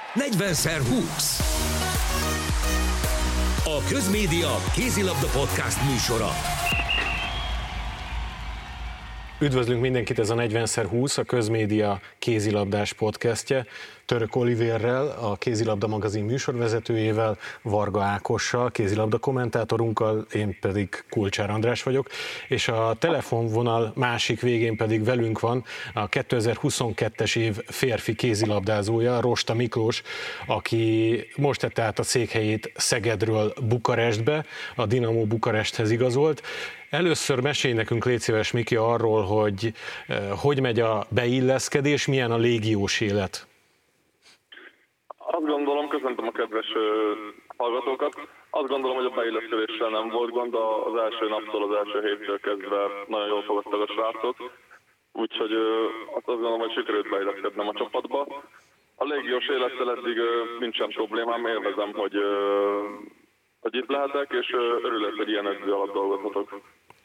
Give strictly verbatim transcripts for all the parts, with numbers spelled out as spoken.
negyvenszer húsz. A Közmédia kézilabda podcast műsora. Üdvözlünk mindenkit, ez a negyvenszer húsz, a Közmédia kézilabdás podcastje. Török Olivérrel, a Kézilabda magazin műsorvezetőjével, Varga Ákossal, kézilabda kommentátorunkkal, én pedig Kulcsár András vagyok, és a telefonvonal másik végén pedig velünk van a kétezer-huszonkettes év férfi kézilabdázója, Rosta Miklós, aki most tette át a székhelyét Szegedről Bukarestbe, a Dinamo Bukaresthez igazolt. Először mesélj nekünk, légy szíves, Miki, arról, hogy hogy megy a beilleszkedés, milyen a légiós élet. Azt gondolom, köszöntöm a kedves hallgatókat, azt gondolom, hogy a beilleszkedéssel nem volt gond, az első naptól, az első héttől kezdve nagyon jól fogadtak a srácok, úgyhogy azt gondolom, hogy sikerült beilleszkednem a csapatba. A légiós élettel eddig nincsen problémám, élvezem, hogy, hogy itt lehetek, és örülök, hogy ilyen edző alatt dolgozhatok.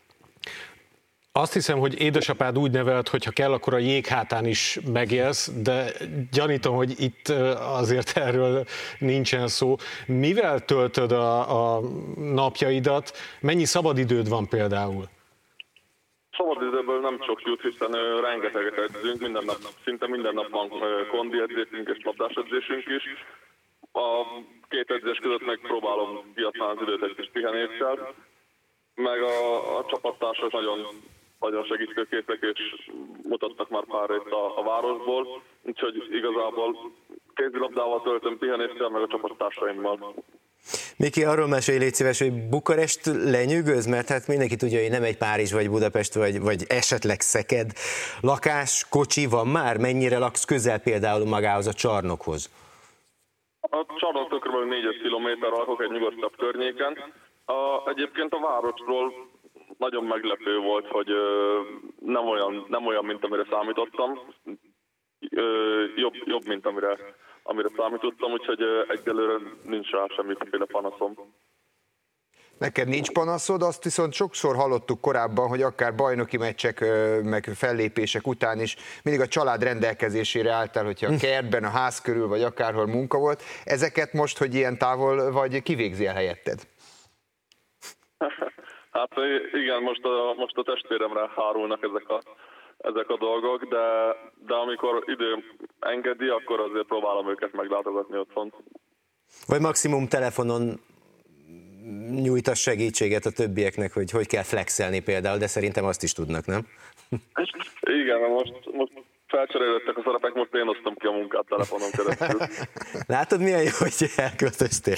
Azt hiszem, hogy édesapád úgy nevelt, hogy ha kell, akkor a jéghátán is megélsz, de gyanítom, hogy itt azért erről nincsen szó. Mivel töltöd a, a napjaidat? Mennyi szabadidőd van például? Szabadidőből nem sok jut, hiszen rengeteget edzünk, minden nap, szinte minden nap van kondi edzésünk és labdás edzésünk is. A két edzés között megpróbálom kiadni az időt egy kis pihenéssel, meg a, a csapattársak nagyon nagyon segítőkészek, és mutattak már pár részt a, a városból, úgyhogy igazából kézilabdával töltöm pihenéssel, meg a csapattársaimmal. Miki, arról mesélj, légy szíves, hogy Bukarest lenyűgöz, mert hát mindenki tudja, hogy nem egy Párizs, vagy Budapest, vagy, vagy esetleg Szeked. Lakás, kocsi van már? Mennyire laksz közel például magához a csarnokhoz? A csarnoktól kb. négy-öt kilométer lakok egy nyugodtabb környéken. A, egyébként a városról nagyon meglepő volt, hogy ö, nem, olyan, nem olyan, mint amire számítottam. Ö, jobb, jobb, mint amire, amire számítottam, úgyhogy ö, egyelőre nincs rá semmiféle panaszom. Neked nincs panaszod, azt viszont sokszor hallottuk korábban, hogy akár bajnoki meccsek, meg fellépések után is mindig a család rendelkezésére álltál, hogyha a kertben, a ház körül, vagy akárhol munka volt. Ezeket most, hogy ilyen távol vagy, kivégzi el helyetted? Hát igen, most a, most a testvéremre hárulnak ezek a, ezek a dolgok, de, de amikor idő engedi, akkor azért próbálom őket meglátogatni otthon. Vagy maximum telefonon nyújtasz segítséget a többieknek, hogy hogy kell flexelni például, de szerintem azt is tudnak, nem? Igen, most, most felcserélődtek a szerepek, most én osztom ki a munkát telefonon keresztül. Látod, milyen jó, hogy elköltöztél?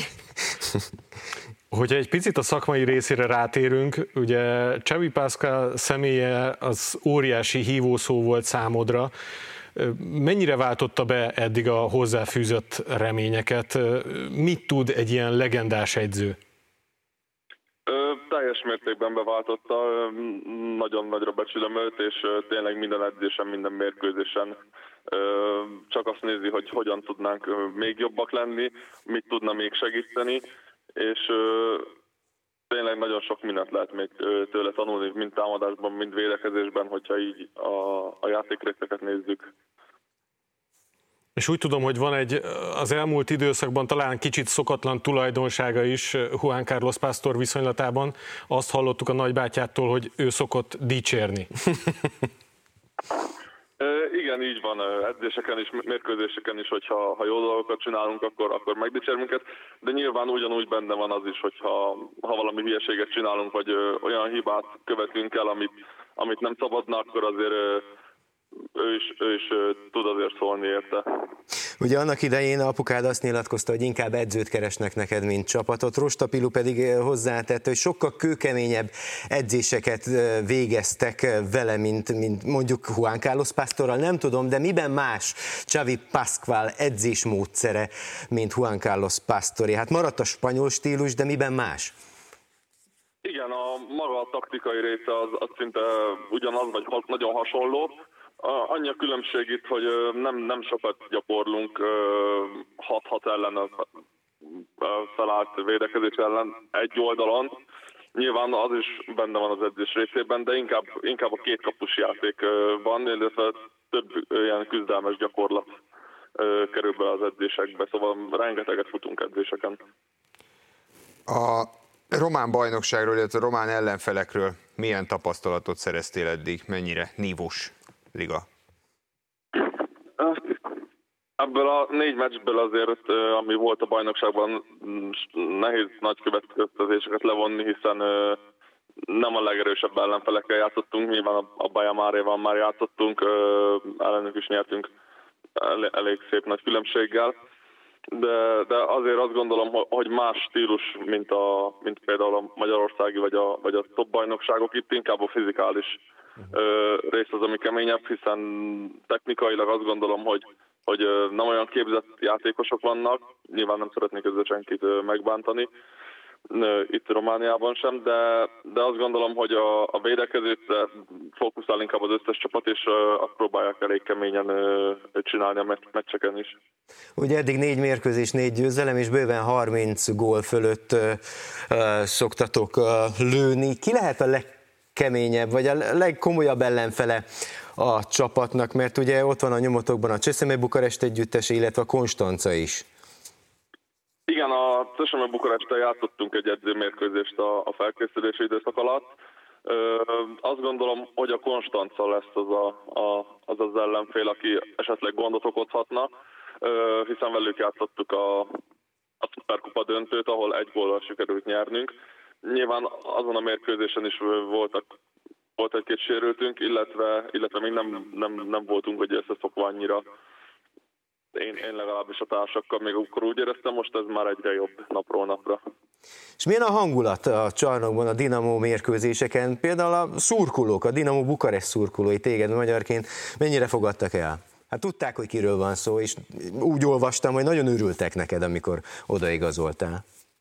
Hogyha egy picit a szakmai részére rátérünk, ugye Xavi Pascual személye az óriási hívószó volt számodra. Mennyire váltotta be eddig a hozzáfűzött reményeket? Mit tud egy ilyen legendás edző? Ö, teljes mértékben beváltotta, nagyon nagyra becsülöm őt, és tényleg minden edzésen, minden mérkőzésen ö, csak azt nézi, hogy hogyan tudnánk még jobbak lenni, mit tudna még segíteni, és ö, tényleg nagyon sok mindent lehet még tőle tanulni, mind támadásban, mind védekezésben, hogyha így a, a játékrészeket nézzük. És úgy tudom, hogy van egy az elmúlt időszakban talán kicsit szokatlan tulajdonsága is Juan Carlos Pastor viszonylatában. Azt hallottuk a nagybátyától, hogy ő szokott dicsérni. Igen, így van, edzéseken is, mérkőzéseken is, hogyha ha jó dolgokat csinálunk, akkor, akkor megdicsér minket, de nyilván ugyanúgy benne van az is, hogyha ha valami hülyeséget csinálunk, vagy olyan hibát követünk el, amit, amit nem szabadna, akkor azért ő is, ő is tud azért szólni érte. Ugye annak idején apukád azt nyilatkozta, hogy inkább edzőt keresnek neked, mint csapatot. Rosta Pilu pedig hozzátette, hogy sokkal kőkeményebb edzéseket végeztek vele, mint, mint mondjuk Juan Carlos Pastorral. Nem tudom, de miben más Xavi Pascual edzésmódszere, mint Juan Carlos Pastori? Hát maradt a spanyol stílus, de miben más? Igen, a maga a taktikai része az, az szinte ugyanaz, vagy nagyon hasonló. Annyi a különbség itt, hogy nem, nem sokat gyakorlunk hat-hat ellen, felállt védekezés ellen egy oldalon. Nyilván az is benne van az edzés részében, de inkább, inkább a két kapus játék van, illetve több ilyen küzdelmes gyakorlat kerül be az edzésekbe, szóval rengeteget futunk edzéseken. A román bajnokságról, illetve a román ellenfelekről milyen tapasztalatot szereztél eddig? Mennyire nívós liga? Ebből a négy meccsből azért, ami volt a bajnokságban, nehéz nagy következtetéseket levonni, hiszen nem a legerősebb ellenfelekkel játszottunk, nyilván a Bajamáréval már játszottunk, ellenük is nyertünk elég szép nagy különbséggel, de, de azért azt gondolom, hogy más stílus, mint, a, mint például a magyarországi vagy a, vagy a top bajnokságok, itt inkább a fizikális uh-huh. rész az, ami keményebb, hiszen technikailag azt gondolom, hogy hogy nem olyan képzett játékosok vannak, nyilván nem szeretnék ezzel senkit megbántani, itt Romániában sem, de, de azt gondolom, hogy a, a védekezésre fókuszál inkább az összes csapat, és azt próbálják elég keményen csinálni a meccseken is. Ugye eddig négy mérkőzés, négy győzelem, és bőven harminc gól fölött uh, szoktatok uh, lőni. Ki lehet a legkeményebb, vagy a legkomolyabb ellenfele a csapatnak, mert ugye ott van a nyomotokban a Cseszeme Bukarest együttese, illetve a Konstanca is. Igen, a Cseszeme Bukaresttel játszottunk egy edzőmérkőzést a, a felkészülési időszak alatt. Ö, azt gondolom, hogy a Konstanca lesz az a, a, az, az ellenfél, aki esetleg gondot okozhatna, ö, hiszen velük játszottuk a, a Szuperkupa döntőt, ahol egy góllal sikerült nyernünk. Nyilván azon a mérkőzésen is voltak Volt egy-két sérültünk, illetve, illetve még nem, nem, nem voltunk hogy összeszokva annyira. Én, én legalábbis a társakkal még akkor úgy éreztem, most ez már egyre jobb napról napra. És milyen a hangulat a csarnokban, a Dinamo mérkőzéseken? Például a szurkolók, a Dinamo Bukarest szurkolói téged magyarként mennyire fogadtak el? Hát tudták, hogy kiről van szó, és úgy olvastam, hogy nagyon örültek neked, amikor odaigazoltál.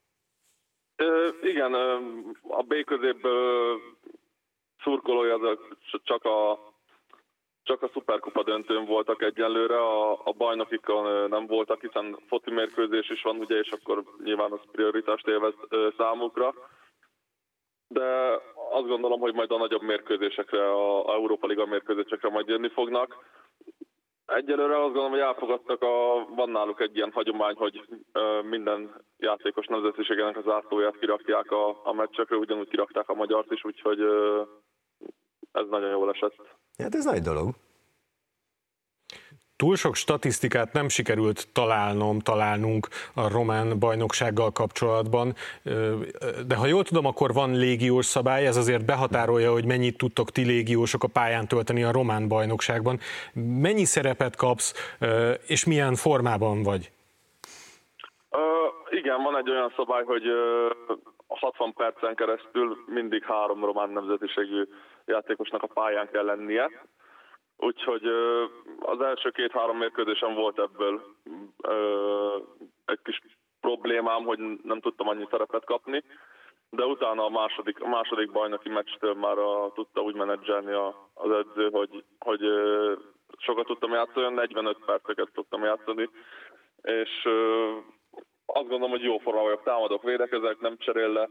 Ö, igen, a B középből szurkolói azok csak a, csak a Szuperkupa döntőn voltak egyenlőre, a, a bajnokikon nem voltak, hiszen foci mérkőzés is van, ugye, és akkor nyilván az prioritást élvez számukra. De azt gondolom, hogy majd a nagyobb mérkőzésekre, a, a Európa Liga mérkőzésekre majd jönni fognak. Egyelőre azt gondolom, hogy elfogadtak, a, van náluk egy ilyen hagyomány, hogy minden játékos nemzetiségének az átlóját kirakják a, a meccsekre, ugyanúgy kirakták a magyart is, úgyhogy ez nagyon jól esett. Hát ez nagy dolog. Túl sok statisztikát nem sikerült találnom, találnunk a román bajnoksággal kapcsolatban, de ha jól tudom, akkor van légiós szabály, ez azért behatárolja, hogy mennyit tudtok ti légiósok a pályán tölteni a román bajnokságban. Mennyi szerepet kapsz, és milyen formában vagy? Uh, igen, van egy olyan szabály, hogy uh, hatvan percen keresztül mindig három román nemzetiségű játékosnak a pályán kell lennie. Úgyhogy az első két-három mérkőzésen volt ebből egy kis problémám, hogy nem tudtam annyi szerepet kapni, de utána a második, a második bajnoki meccstől már a, tudta úgy menedzselni a, az edző, hogy, hogy sokat tudtam játszani, negyvenöt perceket tudtam játszani, és azt gondolom, hogy jó formában vagyok, támadok, védekezek, nem cserél le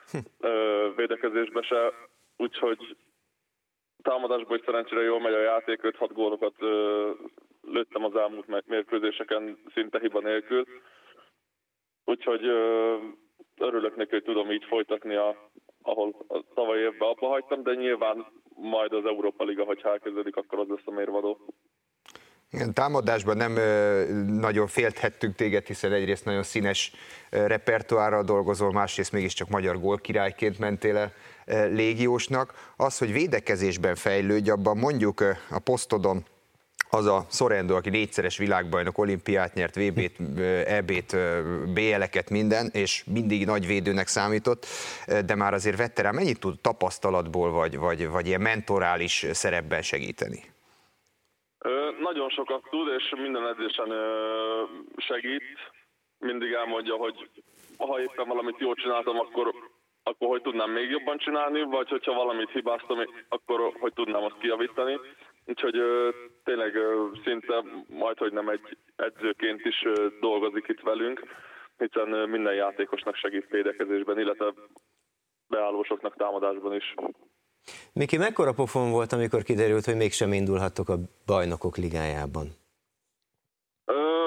védekezésbe se, úgyhogy támadásból is szerencsére jól megy a játék, öt-hat gólokat ö, lőttem az elmúlt mérkőzéseken szinte hiba nélkül. Úgyhogy ö, örülök neki, hogy tudom így folytatni, a, ahol a tavalyi évben abba hagytam, de nyilván majd az Európa Liga, hogyha elkezdődik, akkor az lesz a mérvadó. Igen, támadásban nem ö, nagyon félthettünk téged, hiszen egyrészt nagyon színes ö, repertoárral dolgozol, másrészt mégiscsak magyar gólkirályként mentél el ö, légiósnak. Az, hogy védekezésben fejlődj, abban mondjuk ö, a posztodon az a Sorrento, aki négyszeres világbajnok, olimpiát nyert, vé bét, é bét, bé eleket, minden, és mindig nagy védőnek számított, de már azért veterán. Mennyit tud tapasztalatból, vagy, vagy, vagy ilyen mentorális szerepben segíteni? Ö, nagyon sokat tud, és minden edzésen ö, segít. Mindig elmondja, hogy ha éppen valamit jól csináltam, akkor, akkor hogy tudnám még jobban csinálni, vagy hogyha valamit hibáztam, akkor hogy tudnám azt kijavítani. Úgyhogy ö, tényleg ö, szinte majdhogy nem egy edzőként is ö, dolgozik itt velünk, hiszen ö, minden játékosnak segít védekezésben, illetve beállósoknak támadásban is. Miki, mekkora pofon volt, amikor kiderült, hogy mégsem indulhattok a Bajnokok Ligájában? Ö,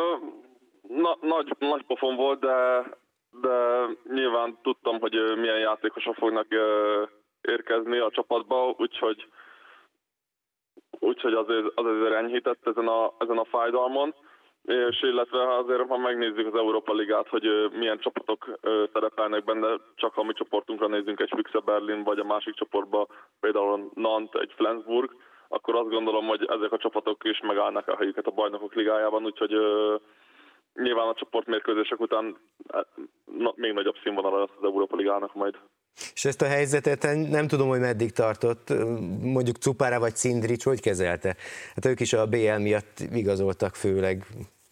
nagy, nagy pofon volt, de, de nyilván tudtam, hogy milyen játékosok fognak érkezni a csapatba, úgyhogy, úgyhogy azért, azért enyhített ezen a, ezen a fájdalmon. És illetve azért, ha megnézzük az Európa Ligát, hogy milyen csapatok szerepelnek benne, csak ha mi csoportunkra nézzünk, egy Füchse Berlin, vagy a másik csoportba például Nantes, egy Flensburg, akkor azt gondolom, hogy ezek a csapatok is megállnak a helyüket a Bajnokok Ligájában, úgyhogy uh, nyilván a csoportmérkőzések után na, még nagyobb színvonal lesz az Európa Ligának majd. És ezt a helyzetet nem tudom, hogy meddig tartott, mondjuk Cupára vagy Cindrics, hogy kezelte? Hát ők is a bé el miatt igazoltak főleg.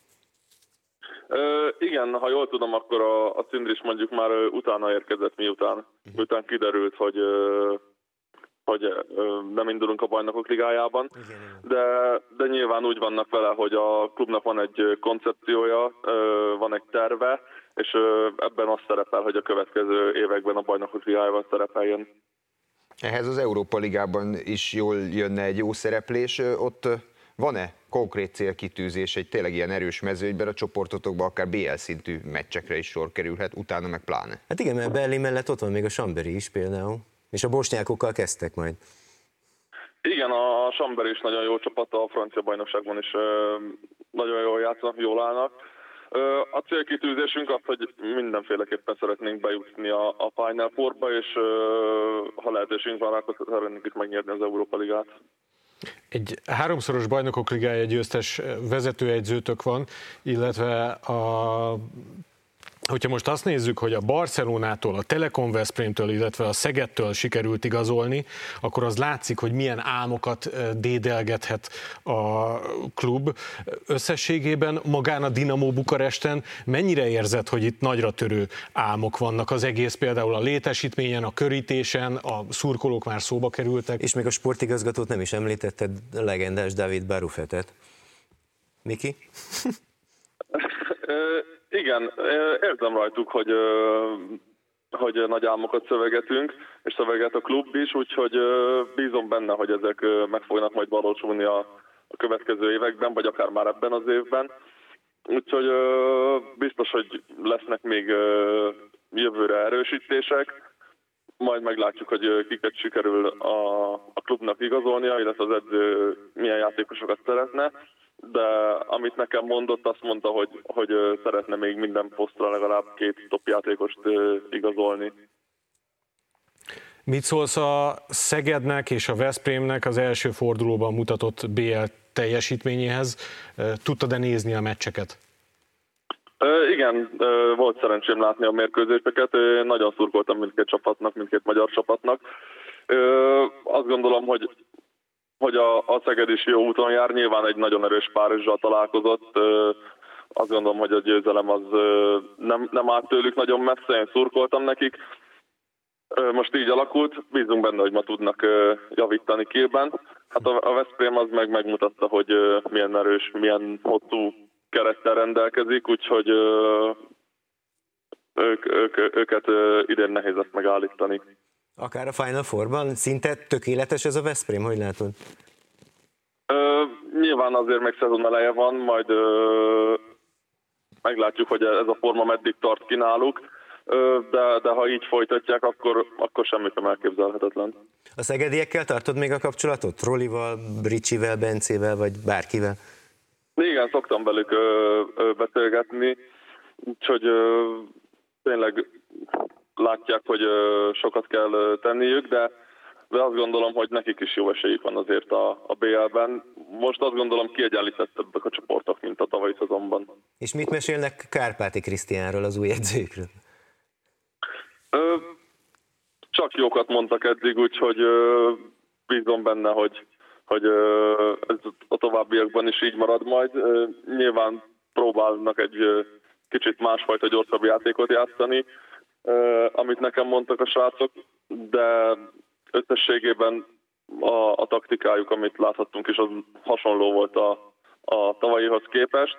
Uh, igen, ha jól tudom, akkor a, a Cindrics mondjuk már utána érkezett, miután, miután kiderült, hogy uh, hogy nem indulunk a Bajnokok Ligájában, de, de nyilván úgy vannak vele, hogy a klubnak van egy koncepciója, van egy terve, és ebben az szerepel, hogy a következő években a Bajnokok Ligájában szerepeljen. Ehhez az Európa Ligában is jól jönne egy jó szereplés. Ott van-e konkrét célkitűzés, egy tényleg ilyen erős mezőnyben a csoportotokban akár bé el szintű meccsekre is sor kerülhet, utána meg pláne? Hát igen, mert Berlin mellett ott van még a Chambéry is például. És a bosnyákokkal kezdtek majd. Igen, a Chambéry is nagyon jó csapat, a francia bajnokságban is nagyon jól játszanak, jól állnak. A célkitűzésünk az, hogy mindenféleképpen szeretnénk bejutni a, a Final Fourba, és ha lehetőségünk van, akkor szeretnénk itt megnyerni az Európa Ligát. Egy háromszoros Bajnokok Ligája győztes vezetőedzőtök van, illetve a... Hogyha most azt nézzük, hogy a Barcelonától, a Telekom Veszprémtől, illetve a Szegedtől sikerült igazolni, akkor az látszik, hogy milyen álmokat dédelgethet a klub. Összességében magán a Dinamo Bukaresten mennyire érzed, hogy itt nagyra törő álmok vannak az egész, például a létesítményen, a körítésen, a szurkolók már szóba kerültek. És még a sportigazgatót nem is említetted, a legendás David Barufetet. Miki? Igen, érzem rajtuk, hogy, hogy nagy álmokat szövegetünk, és szöveget a klub is, úgyhogy bízom benne, hogy ezek meg fognak majd valósulni a, a következő években, vagy akár már ebben az évben. Úgyhogy biztos, hogy lesznek még jövőre erősítések, majd meglátjuk, hogy kiket sikerül a, a klubnak igazolnia, illetve az edző milyen játékosokat szeretne. De amit nekem mondott, azt mondta, hogy, hogy szeretne még minden posztra legalább két top játékost igazolni. Mit szólsz a Szegednek és a Veszprémnek az első fordulóban mutatott bé el teljesítményéhez? Tudtad-e nézni a meccseket? Igen, volt szerencsém látni a mérkőzéseket. Nagyon szurkoltam mindkét csapatnak, mindkét magyar csapatnak. Azt gondolom, hogy hogy a, a Szeged is jó úton jár, nyilván egy nagyon erős Párizsal találkozott. Azt gondolom, hogy a győzelem az nem, nem állt tőlük nagyon messze, én szurkoltam nekik. Most így alakult, bízunk benne, hogy ma tudnak javítani Kielben. Hát a, a Veszprém az meg megmutatta, hogy milyen erős, milyen hosszú kerettel rendelkezik, úgyhogy ők, ők, őket idén nehéz lesz megállítani. Akár a Final Fourban? Szinte tökéletes ez a Veszprém, hogy látod? Ö, nyilván azért még szezon eleje van, majd ö, meglátjuk, hogy ez a forma meddig tart ki náluk, ö, de, de ha így folytatják, akkor, akkor semmit nem elképzelhetetlen. A szegediekkel tartod még a kapcsolatot? Rollival, Ricsivel, Bencével, vagy bárkivel? Igen, szoktam velük ö, ö, beszélgetni, úgyhogy ö, tényleg látják, hogy sokat kell tenniük, de, de azt gondolom, hogy nekik is jó esélyük van azért a, a bé el-ben. Most azt gondolom, kiegyenlítettebbek a csoportok, mint a tavalyi szezonban. És mit mesélnek Kárpáti Krisztiánról, az új edzőkről? Ö, csak jókat mondtak eddig, úgyhogy ö, bízom benne, hogy, hogy ö, ez a továbbiakban is így marad majd. Ö, nyilván próbálnak egy ö, kicsit másfajta gyorsabb játékot játszani, Uh, amit nekem mondtak a srácok, de összességében a, a taktikájuk, amit láthattunk is, az hasonló volt a, a tavalyihoz képest.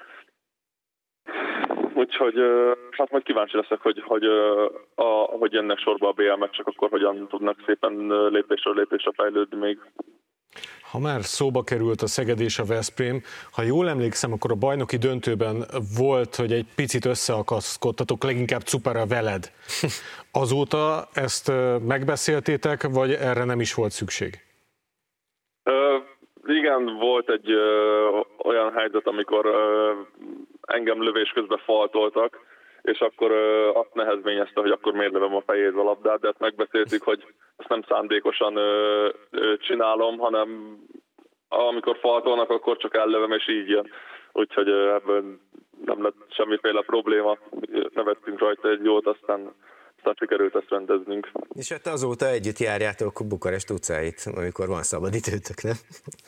Úgyhogy uh, hát majd kíváncsi leszek, hogy, hogy uh, a, ahogy jönnek sorba a bé el meccsek, akkor hogyan tudnak szépen lépésről lépésre fejlődni még. Ha már szóba került a Szeged és a Veszprém, ha jól emlékszem, akkor a bajnoki döntőben volt, hogy egy picit összeakaszkodtatok, leginkább Cupara veled. Azóta ezt megbeszéltétek, vagy erre nem is volt szükség? Ö, igen, volt egy ö, olyan helyzet, amikor ö, engem lövés közben faltoltak, és akkor ö, azt nehezményezte, hogy akkor miért lövöm a fejét a labdát, de ezt megbeszéltük, hogy ezt nem szándékosan ö, ö, csinálom, hanem amikor faltolnak, akkor csak ellövöm, és így jön. Úgyhogy ö, ebből nem lett semmiféle probléma, nevettünk rajta egy jót, aztán, aztán sikerült ezt rendeznünk. És hát azóta együtt járjátok Bukarest utcáit, amikor van szabadidőtök, nem?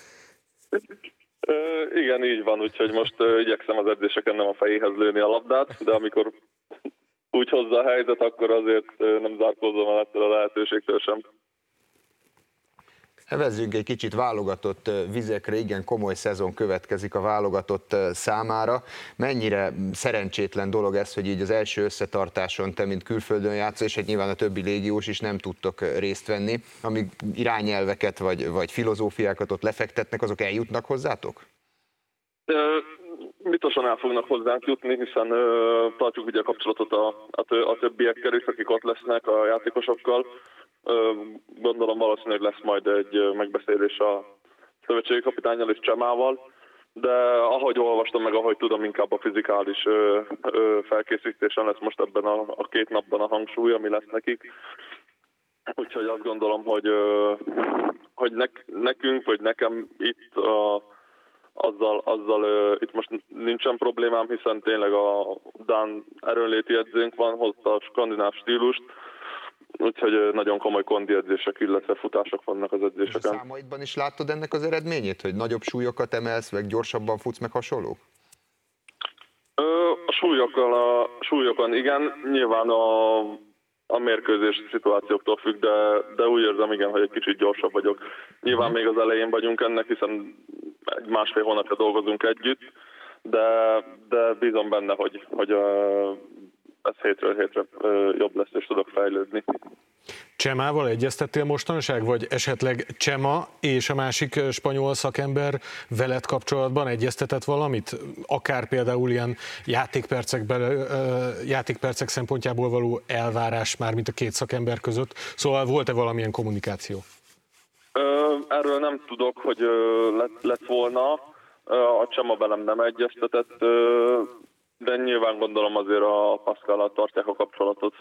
Ö, igen, így van, úgyhogy most ö, igyekszem az edzéseken nem a fejéhez lőni a labdát, de amikor úgy hozza a helyzet, akkor azért ö, nem zárkózom el ettől a lehetőségtől sem. Evezzünk egy kicsit válogatott vizekre, igen komoly szezon következik a válogatott számára. Mennyire szerencsétlen dolog ez, hogy így az első összetartáson te, mint külföldön játszol, és hát nyilván a többi légiós is nem tudtok részt venni, amíg irányelveket vagy, vagy filozófiákat ott lefektetnek, azok eljutnak hozzátok? Biztosan el fognak hozzánk jutni, hiszen ö, tartjuk ugye a kapcsolatot a, a, a többiekkel is, akik ott lesznek, a játékosokkal. Ö, gondolom valószínűleg lesz majd egy megbeszélés a szövetségi kapitánnyal és Csemával, de ahogy olvastam meg, ahogy tudom, inkább a fizikális ö, ö, felkészítésen lesz most ebben a, a két napban a hangsúly, ami lesz nekik. Úgyhogy azt gondolom, hogy, ö, hogy nek, nekünk, vagy nekem itt a Azzal, azzal uh, itt most nincsen problémám, hiszen tényleg a dán erőnléti edzőnk van, hozta a skandináv stílust, úgyhogy uh, nagyon komoly kondi edzések, illetve futások vannak az edzéseken. És a számaidban is láttad ennek az eredményét, hogy nagyobb súlyokat emelsz, meg gyorsabban futsz, meg hasonlók? Uh, a súlyokon, a súlyokon igen, nyilván a, a mérkőzés szituációktól függ, de, de úgy érzem, igen, hogy egy kicsit gyorsabb vagyok. Nyilván még az elején vagyunk ennek, hiszen egy másfél hónapja dolgozunk együtt, de, de bízom benne, hogy, hogy ez hétről hétre jobb lesz, és tudok fejlődni. Csemával egyeztettél mostanság, vagy esetleg Csema és a másik spanyol szakember veled kapcsolatban egyeztetett valamit? Akár például ilyen játékpercekben, játékpercek szempontjából való elvárás már, mint a két szakember között. Szóval volt-e valamilyen kommunikáció? Erről nem tudok, hogy lett, lett volna. A Csema velem nem egyeztetett, de nyilván gondolom azért a Pascallal tartják a kapcsolatot.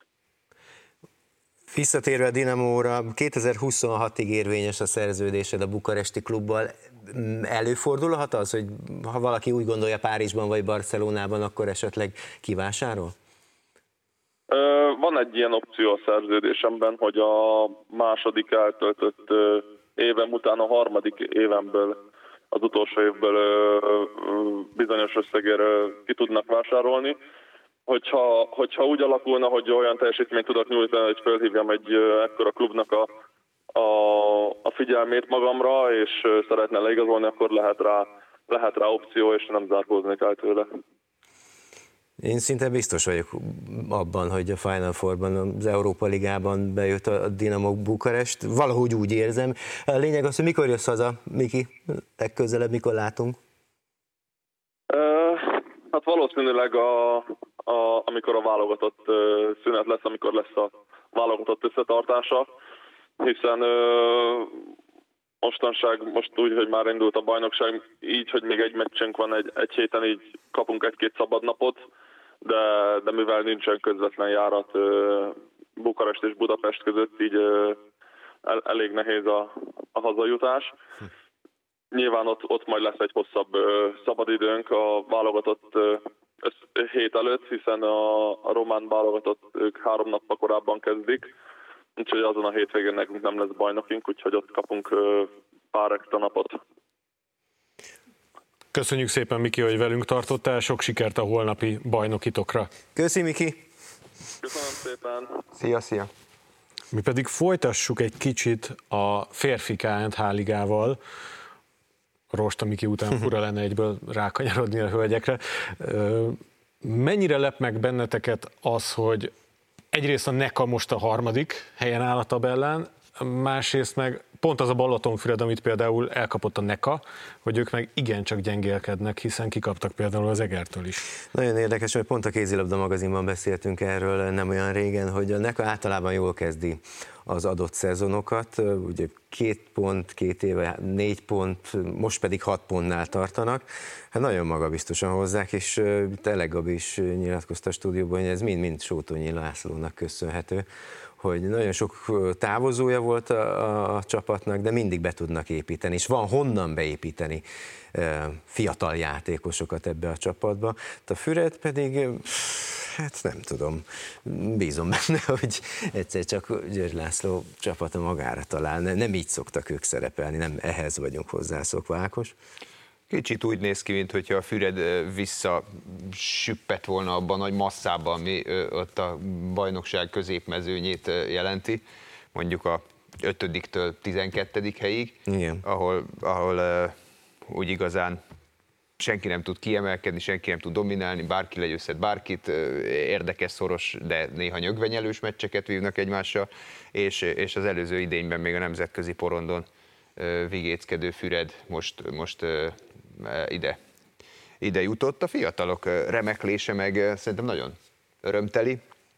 Visszatérve a Dinamóra, kétezer-huszonhatig érvényes a szerződésed a bukaresti klubbal. Előfordulhat az, hogy ha valaki úgy gondolja Párizsban vagy Barcelonában, akkor esetleg kivásárol? Van egy ilyen opció a szerződésemben, hogy a második eltöltött évem után a harmadik évemből, az utolsó évből bizonyos összegért ki tudnak vásárolni. Hogyha, hogyha úgy alakulna, hogy olyan teljesítményt tudok nyújtani, hogy felhívjam egy ekkora klubnak a, a, a figyelmét magamra, és szeretne leigazolni, akkor lehet rá, lehet rá opció, és nem zárkóznék el tőle. Én szinte biztos vagyok abban, hogy a Final Fourban, az Európa Ligában bejött a Dinamo Bukarest. Valahogy úgy érzem. A lényeg az, hogy mikor jössz haza, Miki? Legközelebb mikor látunk? Hát valószínűleg a, a, amikor a válogatott szünet lesz, amikor lesz a válogatott összetartása, hiszen mostanság, most úgy, hogy már indult a bajnokság, így, hogy még egy meccsünk van egy, egy héten, így kapunk egy-két szabad napot, de, de mivel nincsen közvetlen járat Bukarest és Budapest között, így el, elég nehéz a, a hazajutás. Nyilván ott, ott majd lesz egy hosszabb szabadidőnk a válogatott hét előtt, hiszen a, a román válogatott ők három nappal korábban kezdik, úgyhogy azon a hétvégén nekünk nem lesz bajnokink, úgyhogy ott kapunk pár extra napot. Köszönjük szépen, Miki, hogy velünk tartottál, sok sikert a holnapi bajnokitokra. Köszi, Miki! Köszönöm szépen! Szia, szia! Mi pedig folytassuk egy kicsit a férfi ká en há ligával. Rosta Miki után fura lenne egyből rákanyarodni a hölgyekre. Mennyire lep meg benneteket az, hogy egyrészt a Neka most a harmadik helyen áll a tabellán, másrészt meg pont az a Balatonfüred, amit például elkapott a Neka, hogy ők meg igencsak gyengélkednek, hiszen kikaptak például az Egertől is. Nagyon érdekes, hogy pont a Kézilabda magazinban beszéltünk erről nem olyan régen, hogy a Neka általában jól kezdi az adott szezonokat, ugye két pont, két éve, négy pont, most pedig hat pontnál tartanak. Hát nagyon magabiztosan hozzák, és tényleg Gabi is nyilatkozta a stúdióban, hogy ez mind-mind Sótonyi Lászlónak köszönhető, hogy nagyon sok távozója volt a, a, a csapatnak, de mindig be tudnak építeni, és van honnan beépíteni fiatal játékosokat ebbe a csapatba. A Füred pedig, hát nem tudom, bízom benne, hogy egyszer csak György László csapata magára talál. Nem így szoktak ők szerepelni, nem ehhez vagyunk hozzászokva, Ákos. Kicsit úgy néz ki, mintha a Füred visszasüppett volna abban a nagy masszában, ami ott a bajnokság középmezőnyét jelenti, mondjuk a ötödiktől tizenkettedik helyig, igen. ahol, ahol úgy igazán senki nem tud kiemelkedni, senki nem tud dominálni, bárki legyőzhet bárkit, érdekes, szoros, de néha nyögvenyelős meccseket vívnak egymással, és, és az előző idényben még a nemzetközi porondon vigéckedő Füred most, most ide, ide jutott. A fiatalok remeklése meg szerintem nagyon örömteli.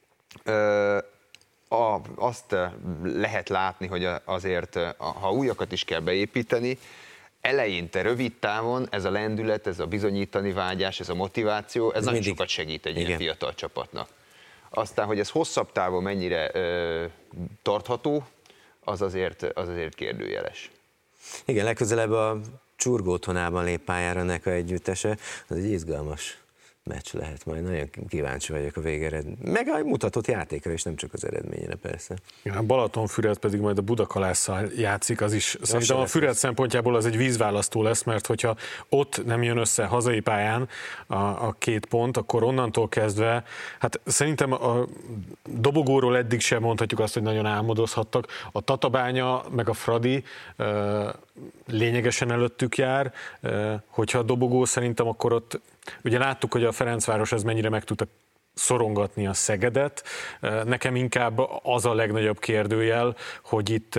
A, azt lehet látni, hogy azért, ha újakat is kell beépíteni, eleinte, rövid távon ez a lendület, ez a bizonyítani vágyás, ez a motiváció, ez, ez nagyon mindig sokat segít egy igen. ilyen fiatal csapatnak. Aztán, hogy ez hosszabb távon mennyire ö, tartható, az azért, az azért kérdőjeles. Igen, legközelebb a Csurgó otthonában lép pályára Neka együttese, az egy izgalmas meccs lehet majd, nagyon kíváncsi vagyok a végeredmény. Meg a mutatott játékra is, nem csak az eredményre persze. Igen, a Balatonfüred pedig majd a Budakalásszal játszik, az is ja, szerintem a Füred szempontjából az egy vízválasztó lesz, mert hogyha ott nem jön össze hazai pályán a, a két pont, akkor onnantól kezdve, hát szerintem a dobogóról eddig sem mondhatjuk azt, hogy nagyon álmodozhattak. A Tatabánya meg a Fradi lényegesen előttük jár, hogyha a dobogó szerintem akkor ott, ugye láttuk, hogy a Ferencváros ez mennyire meg tudta szorongatni a Szegedet. Nekem inkább az a legnagyobb kérdőjel, hogy itt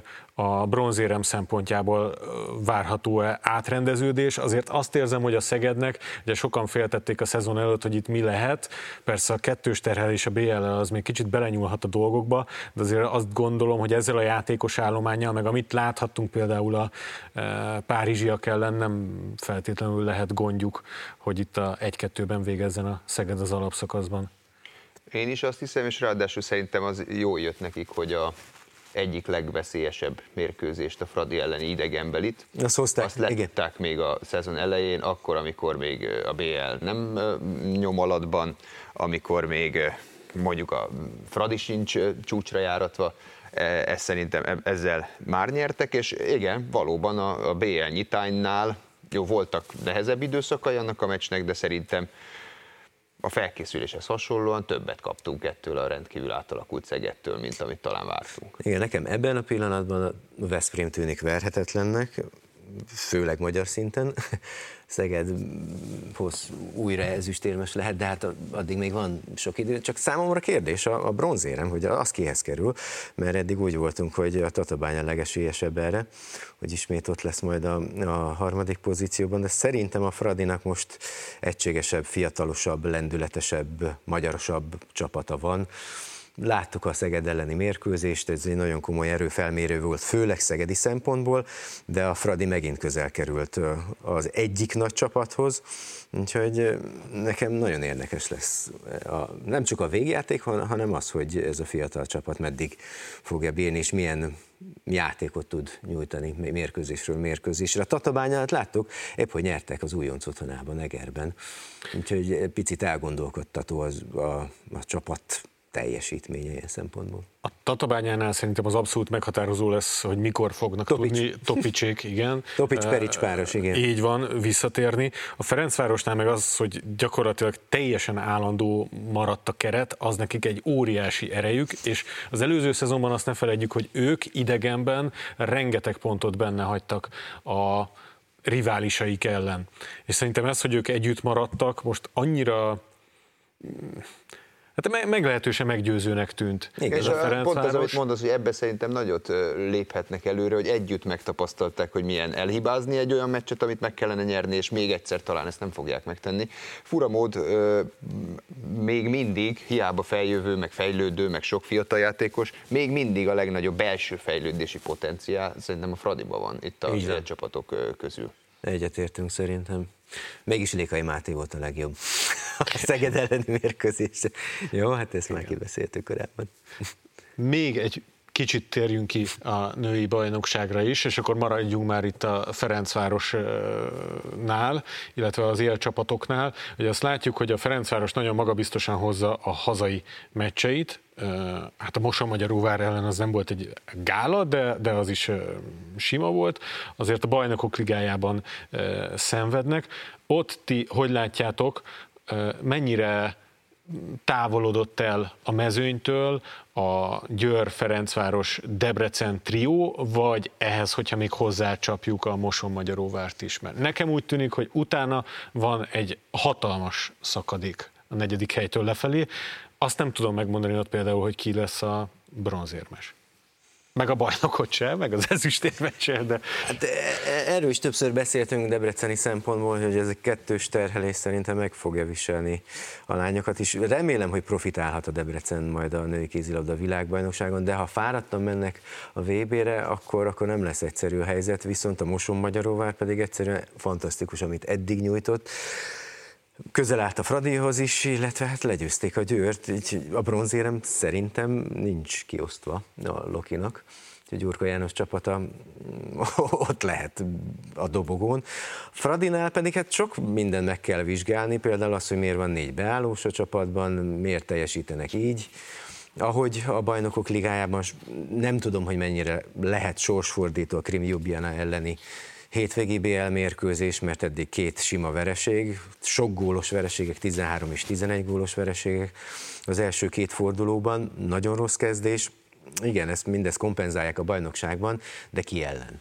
a bronzérem szempontjából várható-e átrendeződés. Azért azt érzem, hogy a Szegednek, ugye sokan féltették a szezon előtt, hogy itt mi lehet. Persze a kettős terhelés a bé el-el az még kicsit belenyúlhat a dolgokba, de azért azt gondolom, hogy ezzel a játékos állománnyal, meg amit láthattunk például a párizsiak ellen, nem feltétlenül lehet gondjuk, hogy itt a egy-kettőben végezzen a Szeged az alapszakaszban. Én is azt hiszem, és ráadásul szerintem az jó jött nekik, hogy a egyik legveszélyesebb mérkőzést, a Fradi elleni idegenbelit. Azt hozták, Azt letták még a szezon elején, akkor, amikor még a bé el nem nyom alatban, amikor még mondjuk a Fradi sincs csúcsra járatva, ezt szerintem ezzel már nyertek, és igen, valóban a, a bé el nyitánynál jó, voltak nehezebb időszakai annak a meccsnek, de szerintem a felkészüléshez hasonlóan többet kaptunk ettől a rendkívül átalakult Szegedtől, mint amit talán vártunk. Igen, nekem ebben a pillanatban a Veszprém tűnik verhetetlennek, főleg magyar szinten. Szeged hoz újra ezüstérmes lehet, de hát addig még van sok idő. Csak számomra kérdés a, a bronzérem, hogy az kihez kerül, mert eddig úgy voltunk, hogy a Tatabánya legesélyesebb erre, hogy ismét ott lesz majd a, a harmadik pozícióban, de szerintem a Fradinak most egységesebb, fiatalosabb, lendületesebb, magyarosabb csapata van. Láttuk a Szeged elleni mérkőzést, ez egy nagyon komoly erőfelmérő volt, főleg szegedi szempontból, de a Fradi megint közel került az egyik nagy csapathoz, úgyhogy nekem nagyon érdekes lesz a, nem csak a végjáték, hanem az, hogy ez a fiatal csapat meddig fogja bírni, és milyen játékot tud nyújtani mérkőzésről mérkőzésre. A Tatabányát láttuk, épp hogy nyertek az újonc otthonában, Egerben, úgyhogy picit elgondolkodtató az a, a csapat teljesítménye ilyen szempontból. A Tatabányánál szerintem az abszolút meghatározó lesz, hogy mikor fognak Topics. tudni, Topicsék, igen. Topics-Perics páros, igen. Így van, visszatérni. A Ferencvárosnál meg az, hogy gyakorlatilag teljesen állandó maradt a keret, az nekik egy óriási erejük, és az előző szezonban azt ne felejtjük, hogy ők idegenben rengeteg pontot benne hagytak a riválisaik ellen. És szerintem ez, hogy ők együtt maradtak, most annyira Hát meglehetősen meggyőzőnek tűnt. Igen, és a pont az, amit mondasz, hogy ebbe szerintem nagyot léphetnek előre, hogy együtt megtapasztalták, hogy milyen elhibázni egy olyan meccset, amit meg kellene nyerni, és még egyszer talán ezt nem fogják megtenni. Fura mód, még mindig, hiába feljövő, meg fejlődő, meg sok fiatal játékos, még mindig a legnagyobb belső fejlődési potenciál szerintem a Fradiban van itt a csapatok közül. Egyetértünk szerintem. Mégis Lékai Máté volt a legjobb a Szeged elleni mérkőzés. Jó, hát ezt már kibeszéltük korábban. Még egy kicsit térjünk ki a női bajnokságra is, és akkor maradjunk már itt a Ferencvárosnál, illetve az élcsapatoknál. Ugye azt látjuk, hogy a Ferencváros nagyon magabiztosan hozza a hazai meccseit. Hát a Mosonmagyaróvár ellen az nem volt egy gála, de, de az is sima volt. Azért a Bajnokok Ligájában szenvednek. Ott ti hogy látjátok, mennyire távolodott el a mezőnytől a Győr-Ferencváros-Debrecen trió, vagy ehhez, hogyha még hozzácsapjuk a Mosonmagyaróvárt is? Mert nekem úgy tűnik, hogy utána van egy hatalmas szakadék a negyedik helytől lefelé. Azt nem tudom megmondani ott például, hogy ki lesz a bronzérmes. Meg a bajnokot sem, meg az ezüstérmet sem, de... Hát erről is többször beszéltünk debreceni szempontból, hogy ez egy kettős terhelés szerintem meg fogja viselni a lányokat is. Remélem, hogy profitálhat a Debrecen majd a női kézilabda világbajnokságon, de ha fáradtan mennek a vé bére, akkor, akkor nem lesz egyszerű a helyzet, viszont a Mosonmagyaróvár pedig egyszerűen fantasztikus, amit eddig nyújtott. Közel állt a Fradihoz is, illetve hát legyőzték a Győrt, így a bronzérem szerintem nincs kiosztva a Lokinak. A Gyurka János csapata ott lehet a dobogón. Fradinál pedig hát sok mindent meg kell vizsgálni, például az, hogy miért van négy beállós a csapatban, miért teljesítenek így. Ahogy a Bajnokok Ligájában nem tudom, hogy mennyire lehet sorsfordító a Krim Ljubljana elleni hétvégi bé el mérkőzés, mert eddig két sima vereség, sok gólos vereségek, tizenhárom és tizenegy gólos vereségek az első két fordulóban, nagyon rossz kezdés. Igen, ezt mindezt kompenzálják a bajnokságban, de ki ellen?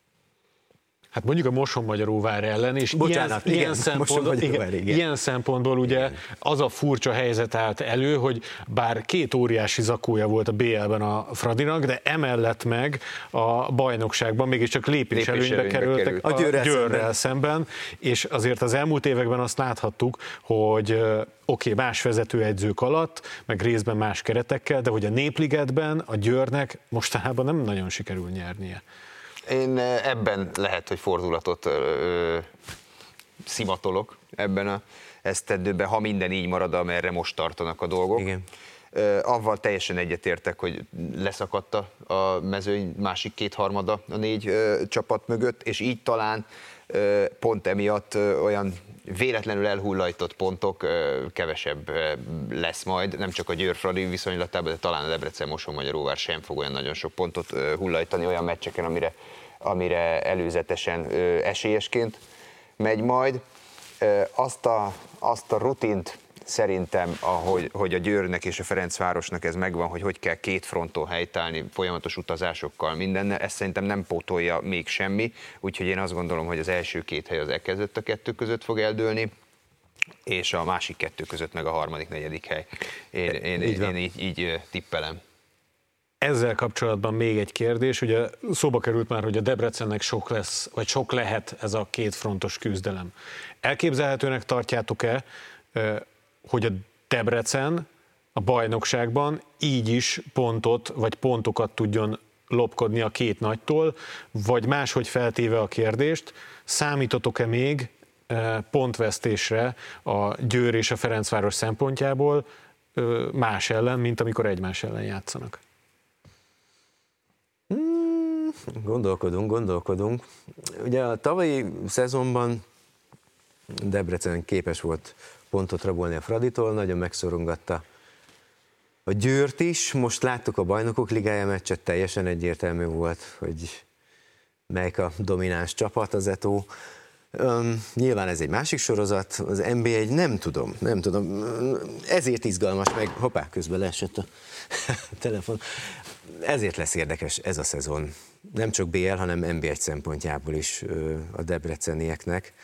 Hát mondjuk a Mosonmagyaróvár ellen, és Bocsánat, ilyen, igen, ilyen, szempontból, igen, igen. ilyen szempontból ugye igen. Az a furcsa helyzet állt elő, hogy bár két óriási zakója volt a bé el-ben a Fradinak, de emellett meg a bajnokságban mégiscsak lépés, lépés előnybe kerültek került. a Győrrel, Győrrel szemben. szemben, és azért az elmúlt években azt láthattuk, hogy oké, okay, más vezetőedzők alatt, meg részben más keretekkel, de hogy a Népligetben a Győrnek mostanában nem nagyon sikerül nyernie. Én ebben lehet, hogy fordulatot ö, szimatolok ebben a esztendőben, ha minden így marad, amerre most tartanak a dolgok. Igen. Ö, avval teljesen egyetértek, hogy leszakadt a mezőny másik kétharmada a négy ö, csapat mögött, és így talán ö, pont emiatt ö, olyan véletlenül elhullajtott pontok ö, kevesebb ö, lesz majd, nem csak a Győr-Fradi viszonylatában, de talán a Debrecen-Mosonmagyaróvár sem fog olyan nagyon sok pontot ö, hullajtani olyan meccseken, amire amire előzetesen ö, esélyesként megy majd. Ö, azt, a, azt a rutint szerintem, ahogy, hogy a Győrnek és a Ferencvárosnak ez megvan, hogy hogy kell két fronton helytállni, folyamatos utazásokkal, mindennel, ezt szerintem nem pótolja még semmi, úgyhogy én azt gondolom, hogy az első két hely az elkezdett a kettő között fog eldőlni, és a másik kettő között meg a harmadik, negyedik hely. Én, én, így, én így, így tippelem. Ezzel kapcsolatban még egy kérdés, ugye szóba került már, hogy a Debrecennek sok lesz, vagy sok lehet ez a két frontos küzdelem. Elképzelhetőnek tartjátok-e, hogy a Debrecen a bajnokságban így is pontot, vagy pontokat tudjon lopkodni a két nagytól, vagy máshogy feltéve a kérdést, számítotok-e még pontvesztésre a Győr és a Ferencváros szempontjából más ellen, mint amikor egymás ellen játszanak? Hmm, gondolkodunk, gondolkodunk. Ugye a tavalyi szezonban Debrecen képes volt pontot rabolni a Fraditól, nagyon megszorongatta a Győrt is. Most láttuk a Bajnokok Ligája meccset, teljesen egyértelmű volt, hogy melyik a domináns csapat, az Eto. Um, nyilván ez egy másik sorozat, az en bé egy nem tudom, nem tudom, ezért izgalmas, meg hoppá, közben leesett a telefon. Ezért lesz érdekes ez a szezon, nem csak bé el, hanem en bé egy szempontjából is a debrecenieknek.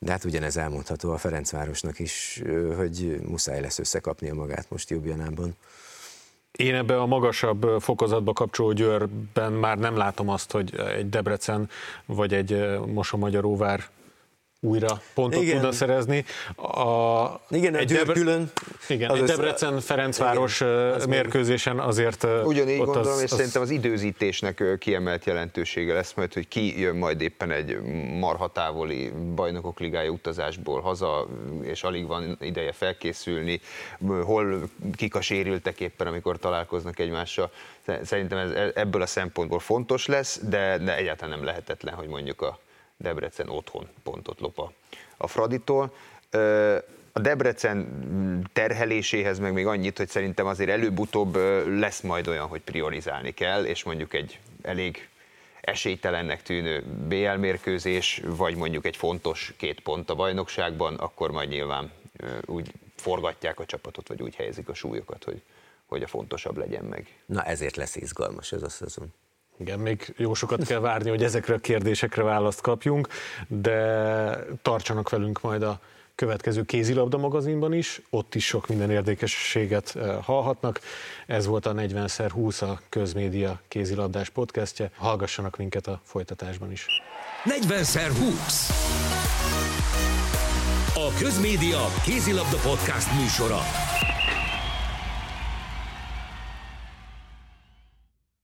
De hát ugyanez elmondható a Ferencvárosnak is, hogy muszáj lesz összekapnia magát most Ljubljanában. Én ebbe a magasabb fokozatba kapcsoló Győrben már nem látom azt, hogy egy Debrecen vagy egy Mosonmagyaróvár újra pontot igen. tudna szerezni. A, igen, egy Győr külön. Igen, egy Debrecen-Ferencváros mérkőzésen azért... Ugyanígy gondolom, az, és az... szerintem az időzítésnek kiemelt jelentősége lesz majd, hogy ki jön majd éppen egy marha távoli bajnokok ligája utazásból haza, és alig van ideje felkészülni, hol kik a sérültek éppen, amikor találkoznak egymással. Szerintem ez ebből a szempontból fontos lesz, de, de egyáltalán nem lehetetlen, hogy mondjuk a Debrecen otthon pontot lop a, a Fraditól. A Debrecen terheléséhez meg még annyit, hogy szerintem azért előbb-utóbb lesz majd olyan, hogy priorizálni kell, és mondjuk egy elég esélytelennek tűnő bé el mérkőzés, vagy mondjuk egy fontos két pont a bajnokságban, akkor majd nyilván úgy forgatják a csapatot, vagy úgy helyezik a súlyokat, hogy, hogy a fontosabb legyen meg. Na ezért lesz izgalmas ez a szezon. Igen, még jó sokat kell várni, hogy ezekre a kérdésekre választ kapjunk, de tartsanak velünk majd a következő kézilabda magazinban is, ott is sok minden érdekességet hallhatnak. Ez volt a negyven szer húsz, a Közmédia kézilabdás podcastje. Hallgassanak minket a folytatásban is. negyven szer húsz. A Közmédia kézilabda podcast műsora.